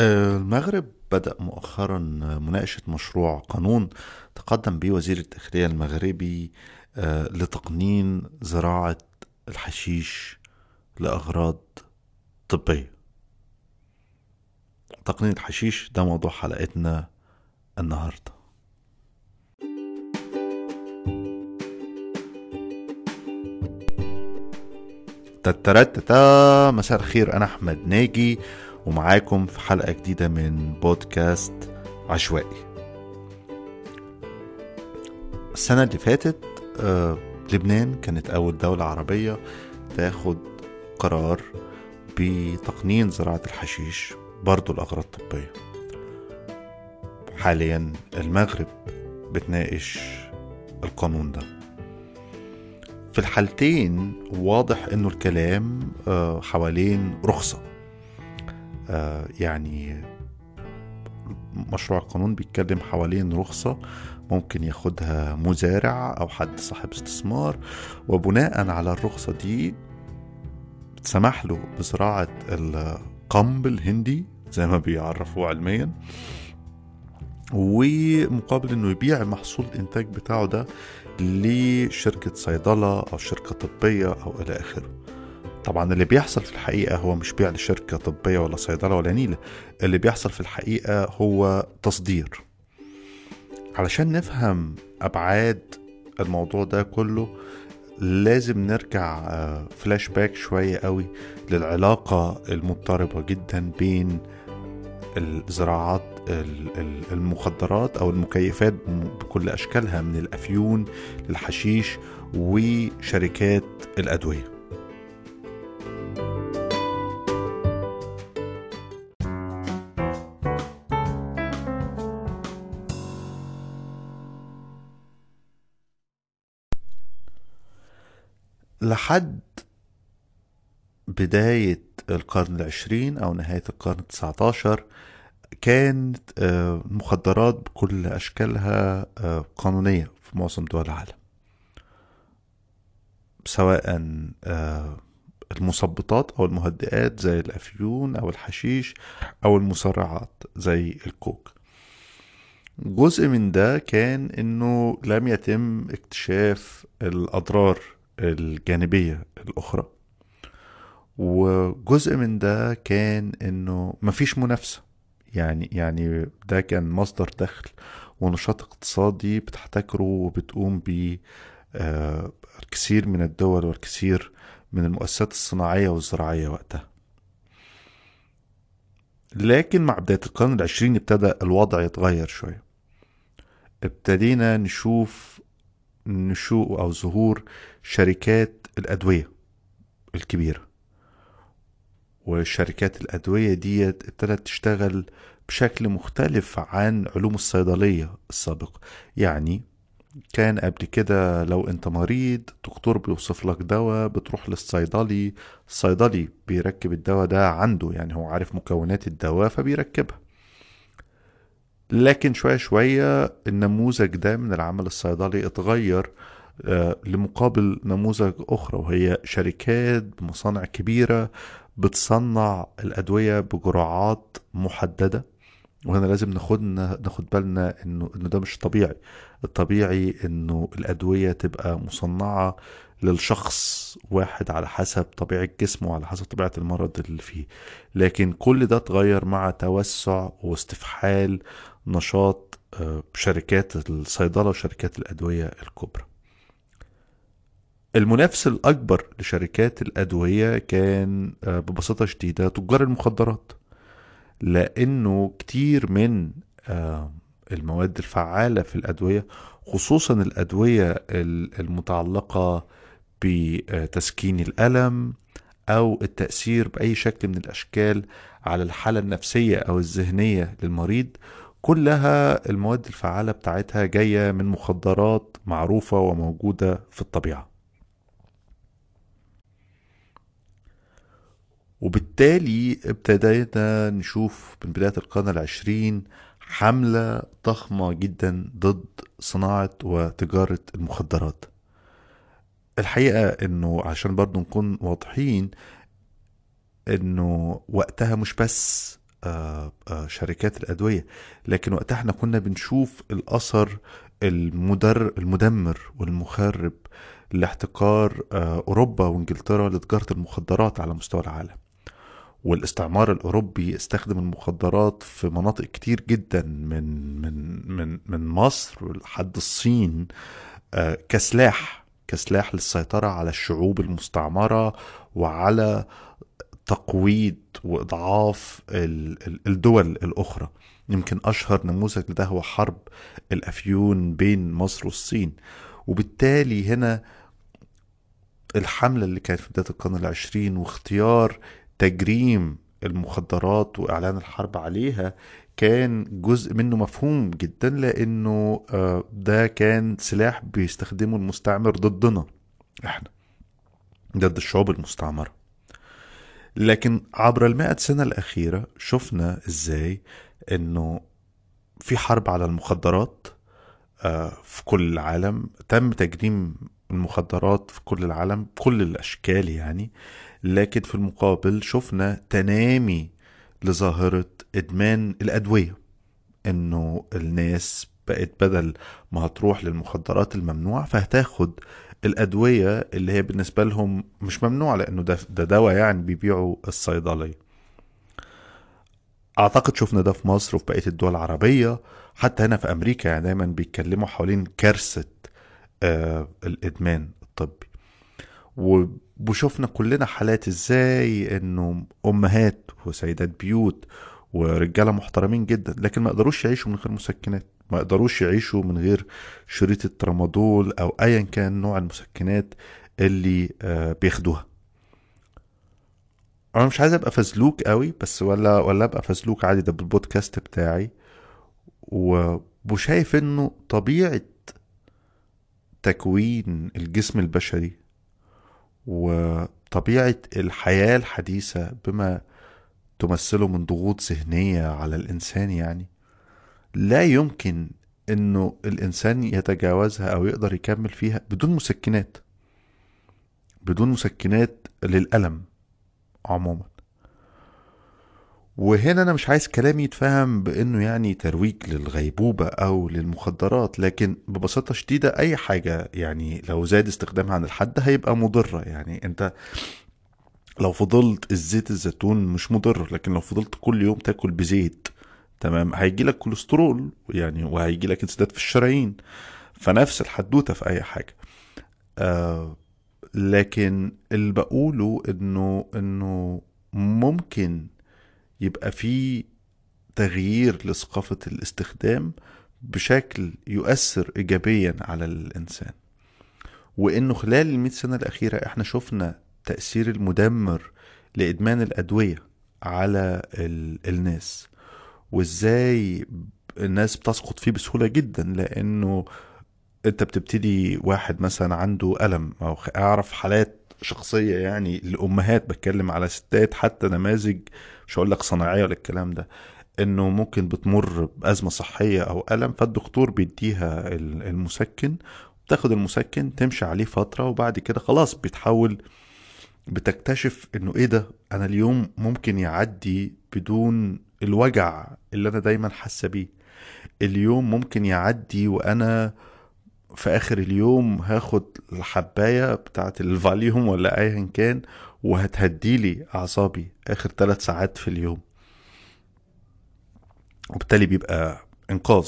المغرب بدأ مؤخرا مناقشة مشروع قانون تقدم به وزير الداخلية المغربي لتقنين زراعة الحشيش لأغراض طبية. تقنين الحشيش ده موضوع حلقتنا النهاردة. تترتتا مساء الخير، أنا أحمد ناجي ومعاكم في حلقة جديدة من بودكاست عشوائي. السنة اللي فاتت لبنان كانت أول دولة عربية تاخد قرار بتقنين زراعة الحشيش برضو لأغراض طبية. حاليا المغرب بتناقش القانون ده. في الحالتين واضح انه الكلام حوالين رخصة. يعني مشروع القانون بيتكلم حوالين رخصة ممكن ياخدها مزارع او حد صاحب استثمار، وبناء على الرخصة دي سمح له بزراعة القمب الهندي زي ما بيعرفوه علميا، ومقابل انه يبيع محصول الانتاج بتاعه ده لشركة صيدلة او شركة طبية او الى اخره. طبعا اللي بيحصل في الحقيقة هو مش بيع لشركة طبية ولا صيدلة ولا نيلة، اللي بيحصل في الحقيقة هو تصدير. علشان نفهم ابعاد الموضوع ده كله لازم نرجع فلاش باك شوية قوي للعلاقة المضطربة جدا بين الزراعات المخدرات او المكيفات بكل اشكالها، من الافيون للحشيش وشركات الادوية. لحد بداية القرن العشرين أو نهاية القرن التسعتاشر كانت المخدرات بكل أشكالها قانونية في معظم دول العالم، سواء المثبطات أو المهدئات زي الأفيون أو الحشيش أو المسرعات زي الكوك. جزء من ده كان إنه لم يتم اكتشاف الأضرار الجانبية الأخرى، وجزء من ده كان انه مفيش منافسة. يعني ده كان مصدر دخل ونشاط اقتصادي بتحتكره وبتقوم ب الكثير من الدول والكثير من المؤسسات الصناعية والزراعية وقتها. لكن مع بداية القرن العشرين ابتدى الوضع يتغير شوية. ابتدينا نشوف نشوء أو ظهور شركات الأدوية الكبيرة، والشركات الأدوية دي ابتدت تشتغل بشكل مختلف عن علوم الصيدلية السابقة. يعني كان قبل كده لو انت مريض دكتور بيوصف لك دواء بتروح للصيدلي، الصيدلي بيركب الدواء ده عنده، يعني هو عارف مكونات الدواء فبيركبها. لكن شوية شوية النموذج ده من العمل الصيدلي اتغير لمقابل نموذج أخرى، وهي شركات بمصانع كبيرة بتصنع الأدوية بجرعات محددة. وهنا لازم ناخد بالنا إنه ده مش طبيعي. الطبيعي إنه الأدوية تبقى مصنعة للشخص واحد على حسب طبيعة جسمه وعلى حسب طبيعة المرض اللي فيه. لكن كل ده اتغير مع توسع واستفحال نشاط شركات الصيدلة وشركات الأدوية الكبرى. المنافس الأكبر لشركات الأدوية كان ببساطة شديدة تجار المخدرات، لأنه كتير من المواد الفعالة في الأدوية، خصوصا الأدوية المتعلقة بتسكين الألم أو التأثير بأي شكل من الأشكال على الحالة النفسية أو الذهنية للمريض، كلها المواد الفعالة بتاعتها جاية من مخدرات معروفة وموجودة في الطبيعة. وبالتالي ابتدينا نشوف من بداية القرن العشرين حملة ضخمة جدا ضد صناعة وتجارة المخدرات. الحقيقة انه عشان برضو نكون واضحين، انه وقتها مش بس شركات الأدوية، لكن وقتها احنا كنا بنشوف الأثر المدمر والمخرب لاحتكار أوروبا وإنجلترا لتجارة المخدرات على مستوى العالم. والاستعمار الأوروبي استخدم المخدرات في مناطق كتير جدا من مصر لحد الصين، كسلاح للسيطرة على الشعوب المستعمرة، وعلى تقويض وإضعاف الدول الأخرى. يمكن أشهر نموذج لده هو حرب الأفيون بين مصر والصين. وبالتالي هنا الحملة اللي كانت في بداية القرن العشرين واختيار تجريم المخدرات وإعلان الحرب عليها كان جزء منه مفهوم جدا، لأنه ده كان سلاح بيستخدمه المستعمر ضدنا احنا، ضد الشعوب المستعمرة. لكن عبر 100 سنة الأخيرة شفنا ازاي انه في حرب على المخدرات في كل العالم. تم تجريم المخدرات في كل العالم، كل الأشكال يعني. لكن في المقابل شفنا تنامي لظاهرة إدمان الأدوية، إنه الناس بقت بدل ما هتروح للمخدرات الممنوع فهتاخد الأدوية اللي هي بالنسبة لهم مش ممنوع، لأنه ده دواء يعني بيبيعوا الصيدلية. أعتقد شفنا ده في مصر وفي بقية الدول العربية، حتى هنا في أمريكا. يعني دايما بيتكلموا حوالين كارثة الإدمان الطبي. وشفنا كلنا حالات ازاي انه امهات وسيدات بيوت ورجالة محترمين جدا لكن ما يقدروش يعيشوا من غير مسكنات، ما يقدروش يعيشوا من غير شريط الترامادول او ايا كان نوع المسكنات اللي بياخدوها. انا مش عايز ابقى فزلوك قوي، بس ولا ابقى فزلوك عادي، ده بالبودكاست بتاعي. وشايف انه طبيعة تكوين الجسم البشري وطبيعة الحياة الحديثة بما تمثله من ضغوط ذهنية على الإنسان، يعني لا يمكن إنه الإنسان يتجاوزها أو يقدر يكمل فيها بدون مسكنات، بدون مسكنات للألم عموما. وهنا أنا مش عايز كلامي يتفهم بأنه يعني ترويج للغيبوبة أو للمخدرات، لكن ببساطة شديدة أي حاجة يعني لو زاد استخدامها عن الحد هيبقى مضرة. يعني أنت لو فضلت الزيت الزيتون مش مضر، لكن لو فضلت كل يوم تاكل بزيت تمام هيجي لك كوليسترول يعني، وهيجي لك انسداد في الشرايين. فنفس الحدوتة في اي حاجة. لكن اللي بقوله انه ممكن يبقى في تغيير لثقافة الاستخدام بشكل يؤثر ايجابيا على الانسان. وانه خلال 100 سنة الاخيرة احنا شفنا تأثير المدمر لإدمان الأدوية على الناس، وازاي الناس بتسقط فيه بسهولة جدا. لأنه انت بتبتدي واحد مثلا عنده ألم، أو أعرف حالات شخصية يعني لأمهات، بتكلم على ستات حتى، نماذج مش هقول لك صناعية ولا الكلام ده، انه ممكن بتمر بأزمة صحية او ألم، فالدكتور بيديها المسكن، بتاخد المسكن تمشي عليه فترة، وبعد كده خلاص بيتحول، بتكتشف انه ايه ده، انا اليوم ممكن يعدي بدون الوجع اللي انا دايما حاسة بيه. اليوم ممكن يعدي وانا في اخر اليوم هاخد الحباية بتاعت الفاليوم ولا ايا كان، وهتهديلي اعصابي اخر 3 ساعات في اليوم. وبالتالي بيبقى انقاذ.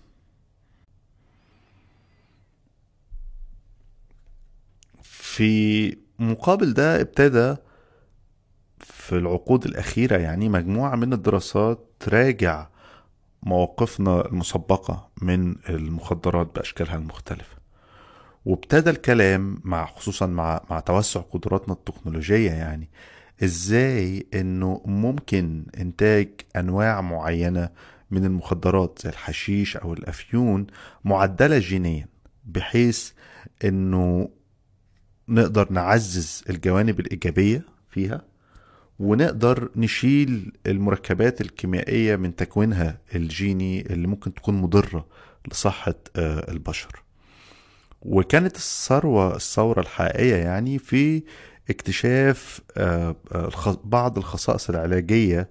في مقابل ده ابتدى في العقود الأخيرة يعني مجموعة من الدراسات تراجع مواقفنا المسبقة من المخدرات بأشكالها المختلفة. وابتدى الكلام خصوصا مع توسع قدراتنا التكنولوجية، يعني ازاي انه ممكن انتاج انواع معينة من المخدرات زي الحشيش او الافيون معدلة جينيا، بحيث انه نقدر نعزز الجوانب الإيجابية فيها، ونقدر نشيل المركبات الكيميائية من تكوينها الجيني اللي ممكن تكون مضرة لصحة البشر. وكانت الثورة الحقيقية يعني في اكتشاف بعض الخصائص العلاجية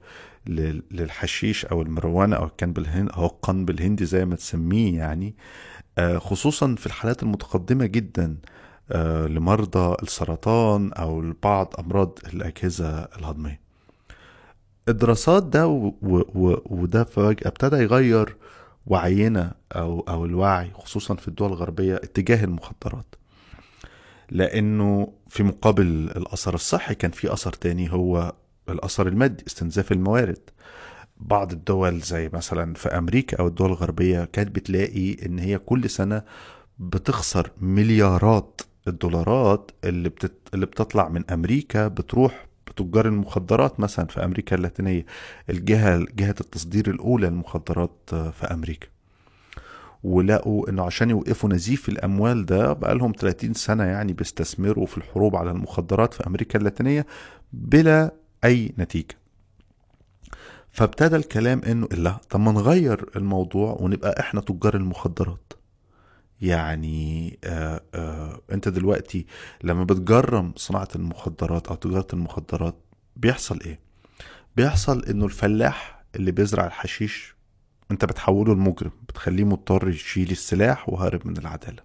للحشيش او المروانة او الكان بالهند او القن بالهندي زي ما تسميه يعني، خصوصا في الحالات المتقدمة جدا، لمرضى السرطان او لبعض امراض الاجهزة الهضمية. الدراسات ده وده فجأة ابتدى يغير وعينا او الوعي خصوصا في الدول الغربية اتجاه المخدرات، لانه في مقابل الاثر الصحي كان في اثر تاني، هو الاثر المادي، استنزاف الموارد. بعض الدول زي مثلا في امريكا او الدول الغربية كانت بتلاقي ان هي كل سنة بتخسر مليارات الدولارات اللي بتطلع من امريكا بتروح بتجار المخدرات، مثلا في امريكا اللاتينية، جهة التصدير الاولى للمخدرات في امريكا. ولقوا انه عشان يوقفوا نزيف الاموال ده بقى لهم 30 سنة يعني بيستثمروا في الحروب على المخدرات في امريكا اللاتينية بلا اي نتيجة. فابتدى الكلام انه لا، طب ما نغير الموضوع ونبقى احنا تجار المخدرات. يعني انت دلوقتي لما بتجرم صناعة المخدرات او تجارة المخدرات بيحصل ايه؟ بيحصل انه الفلاح اللي بيزرع الحشيش انت بتحوله لمجرم، بتخليه مضطر يشيل السلاح وهارب من العدالة.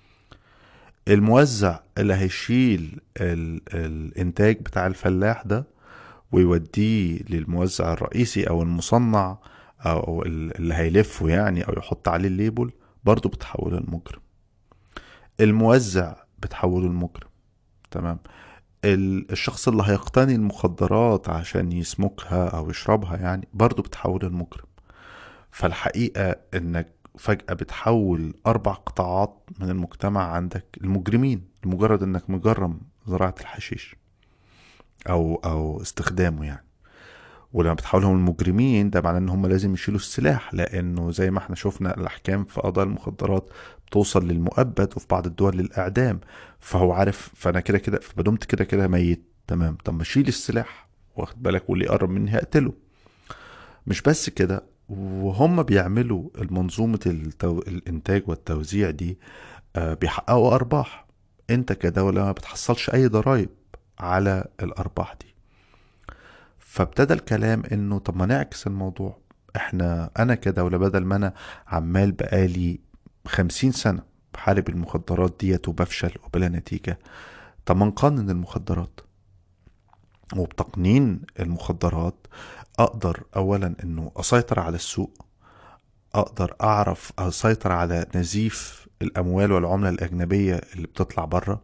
الموزع اللي هيشيل الانتاج بتاع الفلاح ده ويوديه للموزع الرئيسي او المصنع او اللي هيلفه يعني او يحط عليه الليبل، برضه بتحوله لمجرم. الموزع بتحوله المجرم. تمام. الشخص اللي هيقتني المخدرات عشان يسمكها او يشربها يعني برضو بتحوله المجرم. فالحقيقة انك فجأة بتحول 4 قطاعات من المجتمع عندك المجرمين لمجرد انك مجرم زراعة الحشيش او استخدامه يعني. ولما بتحولهم المجرمين ده معناه ان هم لازم يشيلوا السلاح، لانه زي ما احنا شفنا الاحكام في قضايا المخدرات بتوصل للمؤبد وفي بعض الدول للاعدام. فهو عارف فانا كده كده فبدمت كده كده ميت. تمام، طب ما اشيل السلاح واخد بالك، واللي يقرب مني هقتله. مش بس كده، وهم بيعملوا المنظومة الانتاج والتوزيع دي بيحققوا ارباح. انت كدولة ما بتحصلش اي ضرائب على الارباح دي. فابتدى الكلام انه طب ما نعكس الموضوع. انا كدولة بدل ما انا عمال بقالي 50 سنة بحارب المخدرات ديت وبفشل وبلا نتيجة، طب ما نقنن المخدرات. وبتقنين المخدرات اقدر اولا انه اسيطر على السوق، اقدر اعرف اسيطر على نزيف الاموال والعملة الاجنبية اللي بتطلع بره.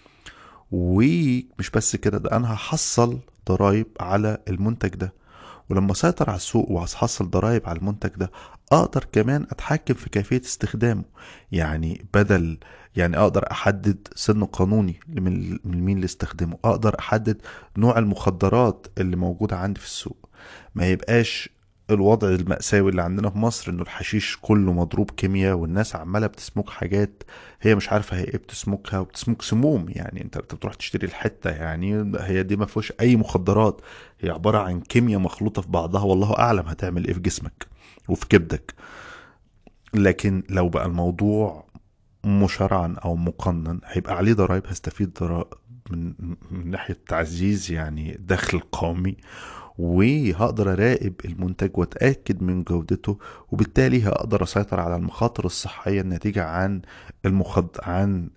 ومش بس كده، ده انا هحصل ضرائب على المنتج ده. ولما اسيطر على السوق وهحصل ضرائب على المنتج ده اقدر كمان اتحكم في كيفية استخدامه. يعني بدل يعني اقدر احدد سن قانوني من مين اللي استخدمه، اقدر احدد نوع المخدرات اللي موجودة عندي في السوق. ما يبقاش الوضع المأساوي اللي عندنا في مصر انه الحشيش كله مضروب كيمياء والناس عمالة بتسموك حاجات هي مش عارفة هي ايه بتسموكها، وبتسموك سموم. يعني انت بتروح تشتري الحتة يعني هي دي ما فيهوش اي مخدرات، هي عبارة عن كيمياء مخلوطة في بعضها والله اعلم هتعمل ايه في جسمك وفي كبدك. لكن لو بقى الموضوع مشرعا او مقنن هيبقى عليه ضرائب، هستفيد ضرائب من ناحية تعزيز يعني الدخل القومي، وهقدر اراقب المنتج واتاكد من جودته. وبالتالي هقدر اسيطر على المخاطر الصحيه الناتجه عن عن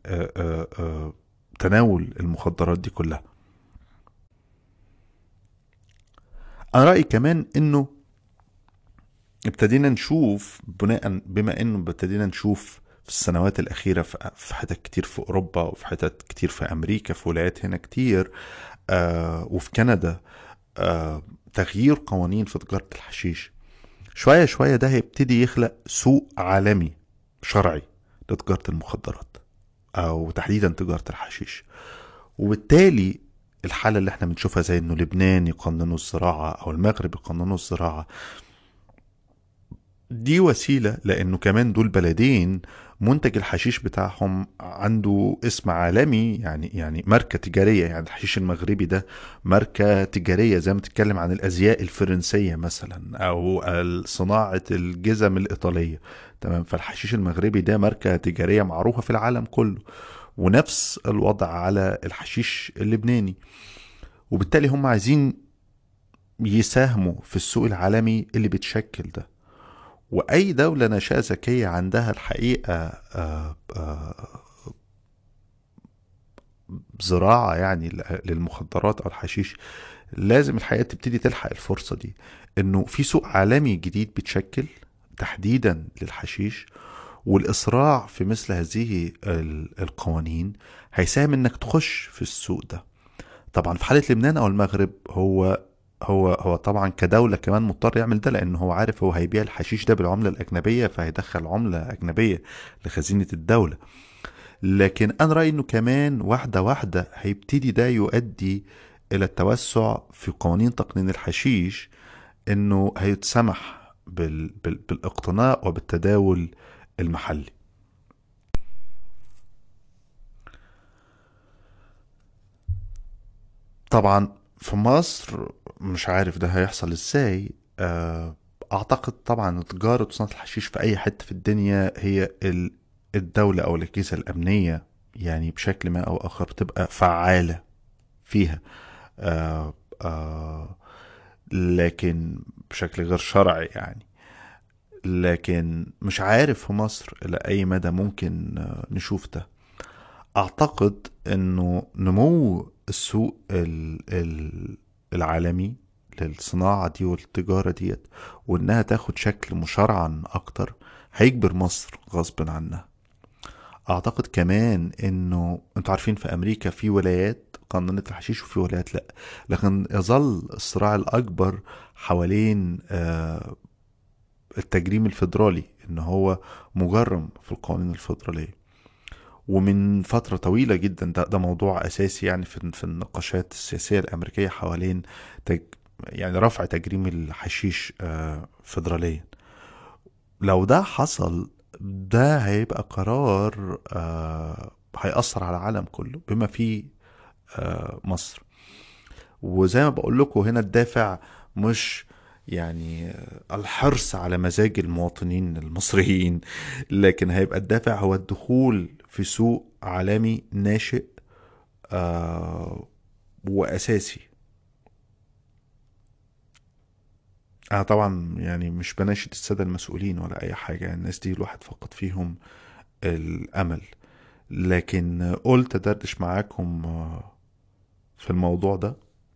تناول المخدرات دي كلها. انا رايي كمان انه ابتدينا نشوف بما انه ابتدينا نشوف في السنوات الأخيرة في حتت كتير في أوروبا وفي حتت كتير في أمريكا في ولايات هنا كتير وفي كندا تغيير قوانين في تجارة الحشيش. شوية شوية ده هيبتدي يخلق سوق عالمي شرعي لتجارة المخدرات أو تحديدا تجارة الحشيش. وبالتالي الحالة اللي احنا بنشوفها زي انه لبنان يقننوا الزراعة او المغرب يقننوا الزراعة، دي وسيلة لانه كمان دول بلدين منتج الحشيش بتاعهم عنده اسم عالمي، يعني ماركة تجارية. يعني الحشيش المغربي ده ماركة تجارية زي ما تتكلم عن الازياء الفرنسية مثلا او صناعة الجزم الايطالية. تمام، فالحشيش المغربي ده ماركة تجارية معروفة في العالم كله. ونفس الوضع على الحشيش اللبناني. وبالتالي هم عايزين يساهموا في السوق العالمي اللي بتشكل ده. وأي دولة ناشئة ذكية عندها الحقيقة زراعة يعني للمخدرات أو الحشيش، لازم الحقيقة تبتدي تلحق الفرصة دي، إنه في سوق عالمي جديد بتشكل تحديدا للحشيش. والإسراع في مثل هذه القوانين هيساهم إنك تخش في السوق ده. طبعا في حالة لبنان أو المغرب، هو طبعا كدولة كمان مضطر يعمل ده، لأنه هو عارف هو هيبيع الحشيش ده بالعملة الأجنبية، فهيدخل عملة أجنبية لخزينة الدولة. لكن أنا رأيي إنه كمان واحدة واحدة هيبتدي ده يؤدي إلى التوسع في قوانين تقنين الحشيش، إنه هيتسمح بالاقتناء وبالتداول المحلي. طبعا في مصر مش عارف ده هيحصل ازاي. اعتقد طبعا تجارة وصناعة الحشيش في اي حتة في الدنيا هي الدولة او الاجهزة الامنية يعني بشكل ما او اخر بتبقى فعالة فيها. آه آه لكن بشكل غير شرعي يعني. لكن مش عارف في مصر الى اي مدى ممكن نشوف ده. اعتقد انه نمو السوق العالمي للصناعة دي والتجارة ديت، وانها تاخد شكل مشرعا اكتر، هيجبر مصر غصب عنها. اعتقد كمان انه انتوا عارفين في امريكا في ولايات قانونية الحشيش وفي ولايات لا، لكن يظل الصراع الاكبر حوالين التجريم الفيدرالي، ان هو مجرم في القوانين الفيدرالية. ومن فترة طويلة جدا ده موضوع أساسي يعني في النقاشات السياسية الأمريكية حوالين تج يعني رفع تجريم الحشيش فيدراليا. لو ده حصل، ده هيبقى قرار هيأثر على العالم كله بما فيه مصر. وزي ما بقول لكم هنا الدافع مش يعني الحرص على مزاج المواطنين المصريين، لكن هيبقى الدافع هو الدخول في سوق عالمي ناشئ وأساسي. أنا طبعا يعني مش بناشد السادة المسؤولين ولا أي حاجة، يعني الناس دي الواحد فقد فيهم الأمل. لكن قلت أدردش معاكم في الموضوع ده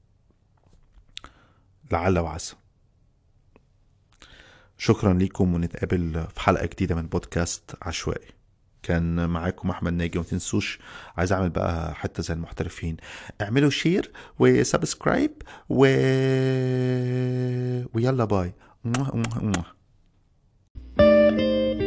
لعل وعسى. شكرا لكم، ونتقابل في حلقة جديدة من بودكاست عشوائي. كان معاكم احمد ناجي، وما تنسوش عايز اعمل بقى حتى زي المحترفين، اعملوا شير وسبسكرايب ويلا باي.